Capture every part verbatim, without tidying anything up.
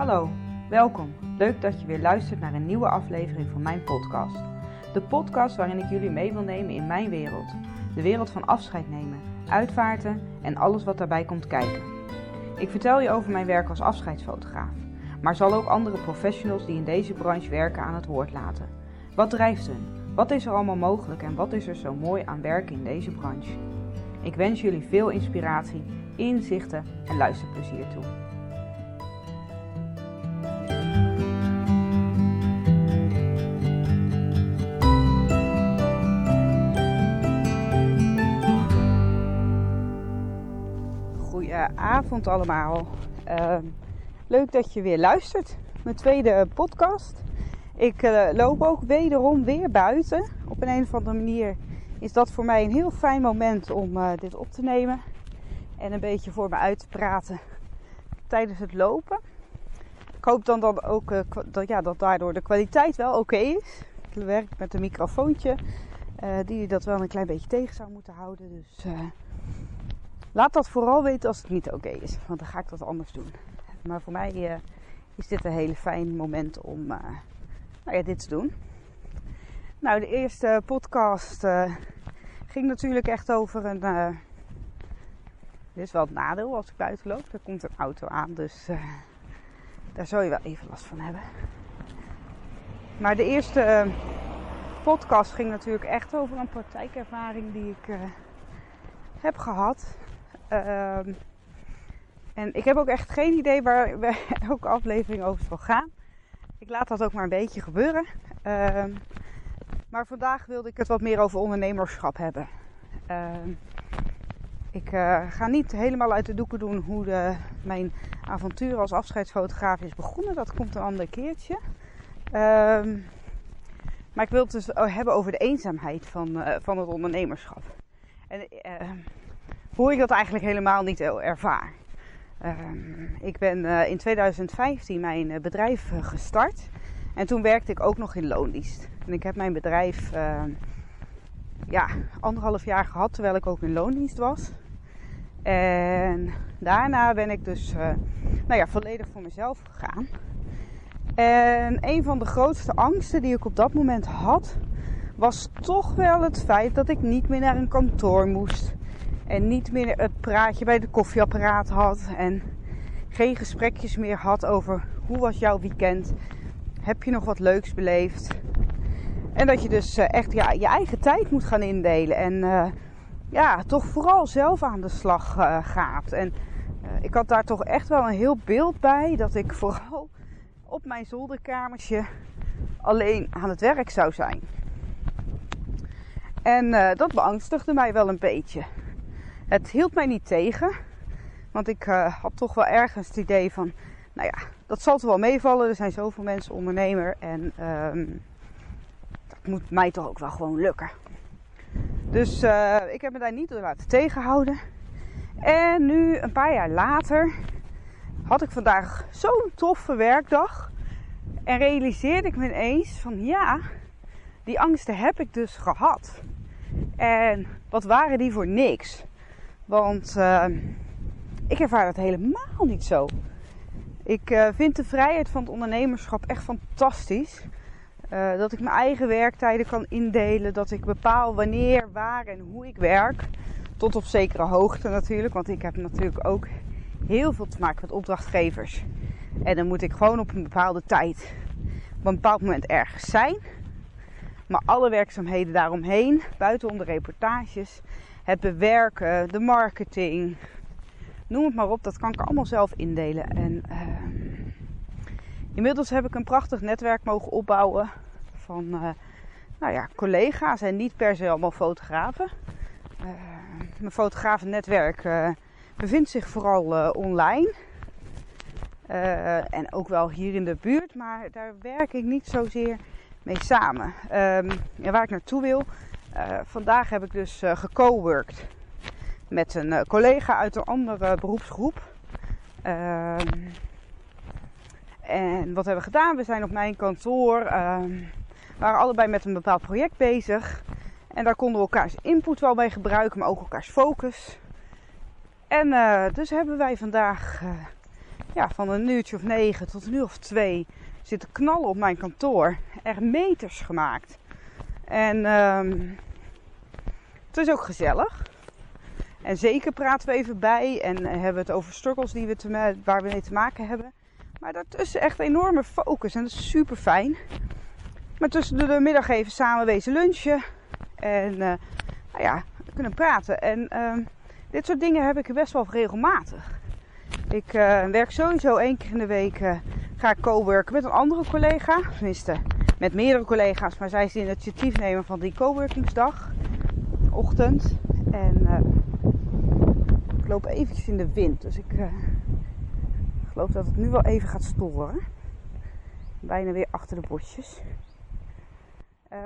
Hallo, welkom. Leuk dat je weer luistert naar een nieuwe aflevering van mijn podcast. De podcast waarin ik jullie mee wil nemen in mijn wereld. De wereld van afscheid nemen, uitvaarten en alles wat daarbij komt kijken. Ik vertel je over mijn werk als afscheidsfotograaf, maar zal ook andere professionals die in deze branche werken aan het woord laten. Wat drijft hen? Wat is er allemaal mogelijk en wat is er zo mooi aan werken in deze branche? Ik wens jullie veel inspiratie, inzichten en luisterplezier toe. Goedenavond allemaal. Uh, leuk dat je weer luistert. Mijn tweede podcast. Ik uh, loop ook wederom weer buiten. Op een, een of andere manier is dat voor mij een heel fijn moment om uh, dit op te nemen. En een beetje voor me uit te praten tijdens het lopen. Ik hoop dan, dan ook uh, dat, ja, dat daardoor de kwaliteit wel oké okay is. Ik werk met een microfoontje uh, die dat wel een klein beetje tegen zou moeten houden. Dus uh, laat dat vooral weten als het niet oké okay is. Want dan ga ik dat anders doen. Maar voor mij uh, is dit een hele fijn moment om uh, nou ja, dit te doen. Nou, de eerste podcast uh, ging natuurlijk echt over een... Uh, dit is wel het nadeel als ik buiten loop. Er komt een auto aan, dus uh, daar zou je wel even last van hebben. Maar de eerste uh, podcast ging natuurlijk echt over een praktijkervaring die ik uh, heb gehad. Uh, en ik heb ook echt geen idee waar, waar elke aflevering over zal gaan. Ik laat dat ook maar een beetje gebeuren. Uh, maar vandaag wilde ik het wat meer over ondernemerschap hebben. Uh, ik uh, ga niet helemaal uit de doeken doen hoe de, mijn avontuur als afscheidsfotograaf is begonnen. Dat komt een ander keertje. Uh, maar ik wil het dus hebben over de eenzaamheid van, uh, van het ondernemerschap. En uh, hoe ik dat eigenlijk helemaal niet ervaar. Uh, ik ben uh, in tweeduizend vijftien mijn uh, bedrijf uh, gestart. En toen werkte ik ook nog in loondienst. En ik heb mijn bedrijf uh, ja, anderhalf jaar gehad terwijl ik ook in loondienst was. En daarna ben ik dus uh, nou ja, volledig voor mezelf gegaan. En een van de grootste angsten die ik op dat moment had, was toch wel het feit dat ik niet meer naar een kantoor moest. En niet meer het praatje bij de koffieapparaat had. En geen gesprekjes meer had over hoe was jouw weekend. Heb je nog wat leuks beleefd? En dat je dus echt ja, je eigen tijd moet gaan indelen. En uh, ja, toch vooral zelf aan de slag uh, gaat. En uh, ik had daar toch echt wel een heel beeld bij. Dat ik vooral op mijn zolderkamertje alleen aan het werk zou zijn. En uh, dat beangstigde mij wel een beetje. Het hield mij niet tegen. Want ik uh, had toch wel ergens het idee van... Nou ja, dat zal toch wel meevallen. Er zijn zoveel mensen ondernemer. En um, dat moet mij toch ook wel gewoon lukken. Dus uh, ik heb me daar niet door laten tegenhouden. En nu, een paar jaar later... had ik vandaag zo'n toffe werkdag. En realiseerde ik me ineens van... Ja, die angsten heb ik dus gehad. En wat waren die voor niks? Want uh, ik ervaar dat helemaal niet zo. Ik uh, vind de vrijheid van het ondernemerschap echt fantastisch. Uh, dat ik mijn eigen werktijden kan indelen. Dat ik bepaal wanneer, waar en hoe ik werk. Tot op zekere hoogte natuurlijk. Want ik heb natuurlijk ook heel veel te maken met opdrachtgevers. En dan moet ik gewoon op een bepaalde tijd, op een bepaald moment ergens zijn. Maar alle werkzaamheden daaromheen, buitenom de reportages, het bewerken, de marketing, noem het maar op, dat kan ik allemaal zelf indelen. En uh, inmiddels heb ik een prachtig netwerk mogen opbouwen van uh, nou ja, collega's en niet per se allemaal fotografen. Uh, mijn fotografennetwerk uh, bevindt zich vooral uh, online. Uh, en ook wel hier in de buurt, maar daar werk ik niet zozeer mee samen. Um, en waar ik naartoe wil, uh, vandaag heb ik dus uh, gecoworked met een uh, collega uit een andere beroepsgroep. Uh, en wat hebben we gedaan? We zijn op mijn kantoor, uh, waren allebei met een bepaald project bezig. En daar konden we elkaars input wel bij gebruiken, maar ook elkaars focus. En uh, dus hebben wij vandaag uh, ja, van een uurtje of negen tot een uur of twee zitten knallen op mijn kantoor. Echt meters gemaakt. En um, het is ook gezellig. En zeker praten we even bij en hebben we het over struggles die we te, waar we mee te maken hebben. Maar daartussen echt enorme focus en dat is super fijn. Maar tussen de middag even samen wezen lunchen. En uh, nou ja, we kunnen praten. En uh, dit soort dingen heb ik best wel regelmatig. Ik uh, werk sowieso één keer in de week. Uh, ga ik coworken met een andere collega. Tenminste, met meerdere collega's. Maar zij is de initiatiefnemer van die coworkingsdag. Ochtend. En uh, ik loop eventjes in de wind. Dus ik uh, geloof dat het nu wel even gaat storen. Bijna weer achter de bosjes. Uh,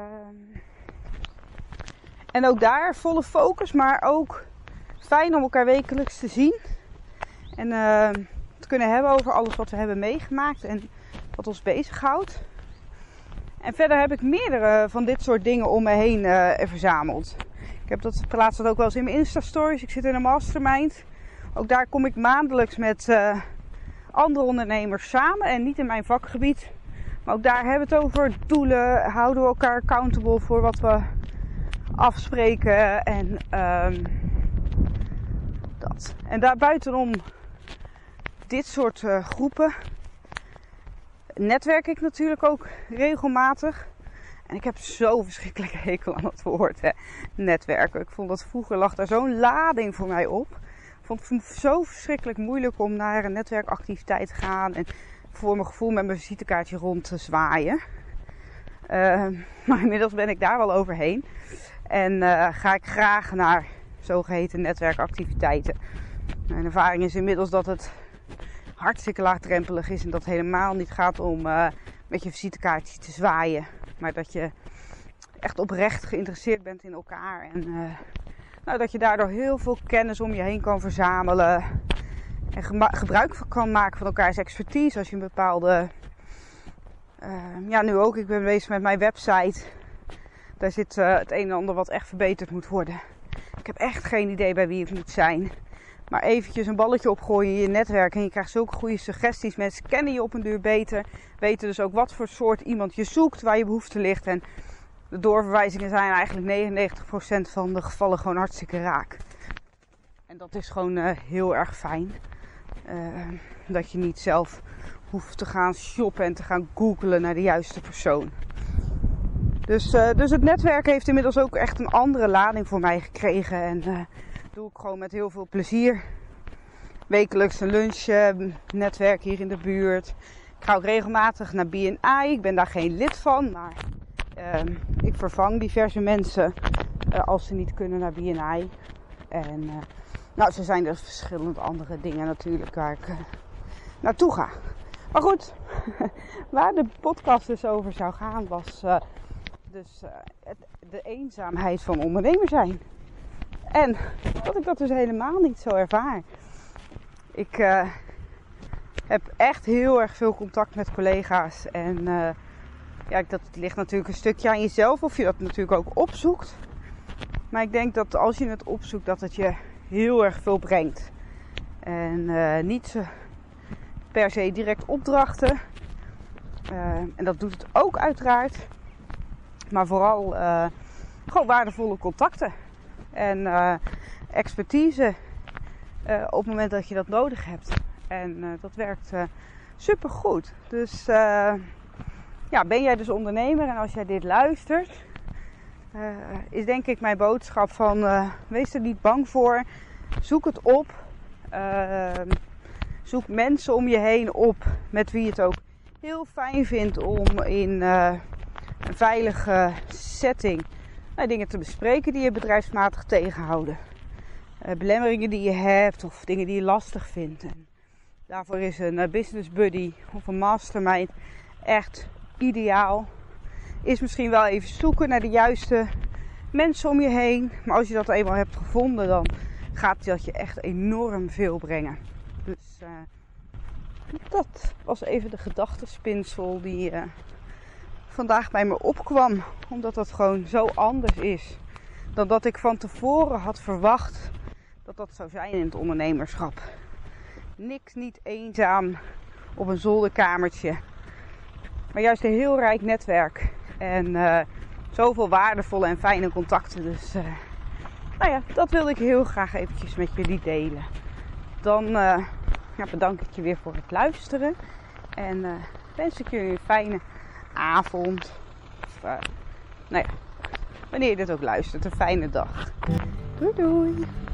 en ook daar volle focus. Maar ook fijn om elkaar wekelijks te zien. En uh, te kunnen hebben over alles wat we hebben meegemaakt. En wat ons bezighoudt. En verder heb ik meerdere van dit soort dingen om me heen uh, verzameld. Ik heb dat plaats dat ook wel eens in mijn Insta-stories. Ik zit in een mastermind. Ook daar kom ik maandelijks met uh, andere ondernemers samen. En niet in mijn vakgebied. Maar ook daar hebben we het over doelen. Houden we elkaar accountable voor wat we afspreken. En um, dat. En daarbuitenom dit soort uh, groepen netwerk ik natuurlijk ook regelmatig. En ik heb zo verschrikkelijke hekel aan dat woord, hè. Netwerken. Ik vond dat vroeger lag daar zo'n lading voor mij op. Ik vond het zo verschrikkelijk moeilijk om naar een netwerkactiviteit te gaan. En voor mijn gevoel met mijn visitekaartje rond te zwaaien. Uh, maar inmiddels ben ik daar wel overheen. En uh, ga ik graag naar zogeheten netwerkactiviteiten. Mijn ervaring is inmiddels dat het hartstikke laagdrempelig is. En dat het helemaal niet gaat om uh, met je visitekaartje te zwaaien. Maar dat je echt oprecht geïnteresseerd bent in elkaar. En uh, nou, dat je daardoor heel veel kennis om je heen kan verzamelen. En gema- gebruik kan maken van elkaars expertise. Als je een bepaalde... Uh, ja, nu ook. Ik ben bezig met mijn website. Daar zit uh, het een en ander wat echt verbeterd moet worden. Ik heb echt geen idee bij wie ik moet zijn. Maar eventjes een balletje opgooien in je netwerk. En je krijgt zulke goede suggesties. Mensen kennen je op een duur beter. Weten dus ook wat voor soort iemand je zoekt. Waar je behoefte ligt. En de doorverwijzingen zijn eigenlijk negenennegentig procent van de gevallen gewoon hartstikke raak. En dat is gewoon uh, heel erg fijn. Uh, dat je niet zelf hoeft te gaan shoppen en te gaan googlen naar de juiste persoon. Dus, uh, dus het netwerk heeft inmiddels ook echt een andere lading voor mij gekregen. En uh, doe ik gewoon met heel veel plezier. Wekelijks een lunch, uh, netwerk hier in de buurt. Ik ga ook regelmatig naar B en I. Ik ben daar geen lid van, maar uh, ik vervang diverse mensen uh, als ze niet kunnen naar B en I. En uh, nou, zo zijn er verschillende andere dingen natuurlijk waar ik uh, naartoe ga. Maar goed, waar de podcast dus over zou gaan was uh, dus uh, het, de eenzaamheid van ondernemer zijn. En dat ik dat dus helemaal niet zo ervaar. Ik uh, heb echt heel erg veel contact met collega's. En uh, ja, dat ligt natuurlijk een stukje aan jezelf of je dat natuurlijk ook opzoekt. Maar ik denk dat als je het opzoekt dat het je heel erg veel brengt. En uh, niet zo per se direct opdrachten. Uh, en dat doet het ook uiteraard. Maar vooral uh, gewoon waardevolle contacten. En uh, expertise uh, op het moment dat je dat nodig hebt. En uh, dat werkt uh, super goed. Dus uh, ja, ben jij dus ondernemer en als jij dit luistert, uh, is denk ik mijn boodschap van uh, wees er niet bang voor. Zoek het op. Uh, zoek mensen om je heen op met wie je het ook heel fijn vindt om in uh, een veilige setting uh, dingen te bespreken die je bedrijfsmatig tegenhouden. Uh, belemmeringen die je hebt of dingen die je lastig vindt. En daarvoor is een uh, business buddy of een mastermind echt ideaal. Is misschien wel even zoeken naar de juiste mensen om je heen. Maar als je dat eenmaal hebt gevonden, dan gaat dat je echt enorm veel brengen. Dus uh, dat was even de gedachtenspinsel die uh, vandaag bij me opkwam. Omdat dat gewoon zo anders is dan dat ik van tevoren had verwacht dat dat zou zijn in het ondernemerschap. niks, niet eenzaam op een zolderkamertje. Maar juist een heel rijk netwerk. En uh, zoveel waardevolle en fijne contacten. Dus uh, nou ja, dat wilde ik heel graag eventjes met jullie delen. Dan uh, ja, bedank ik je weer voor het luisteren. En uh, wens ik jullie een fijne avond. Of uh, nou ja, wanneer je dit ook luistert, een fijne dag. Doei doei!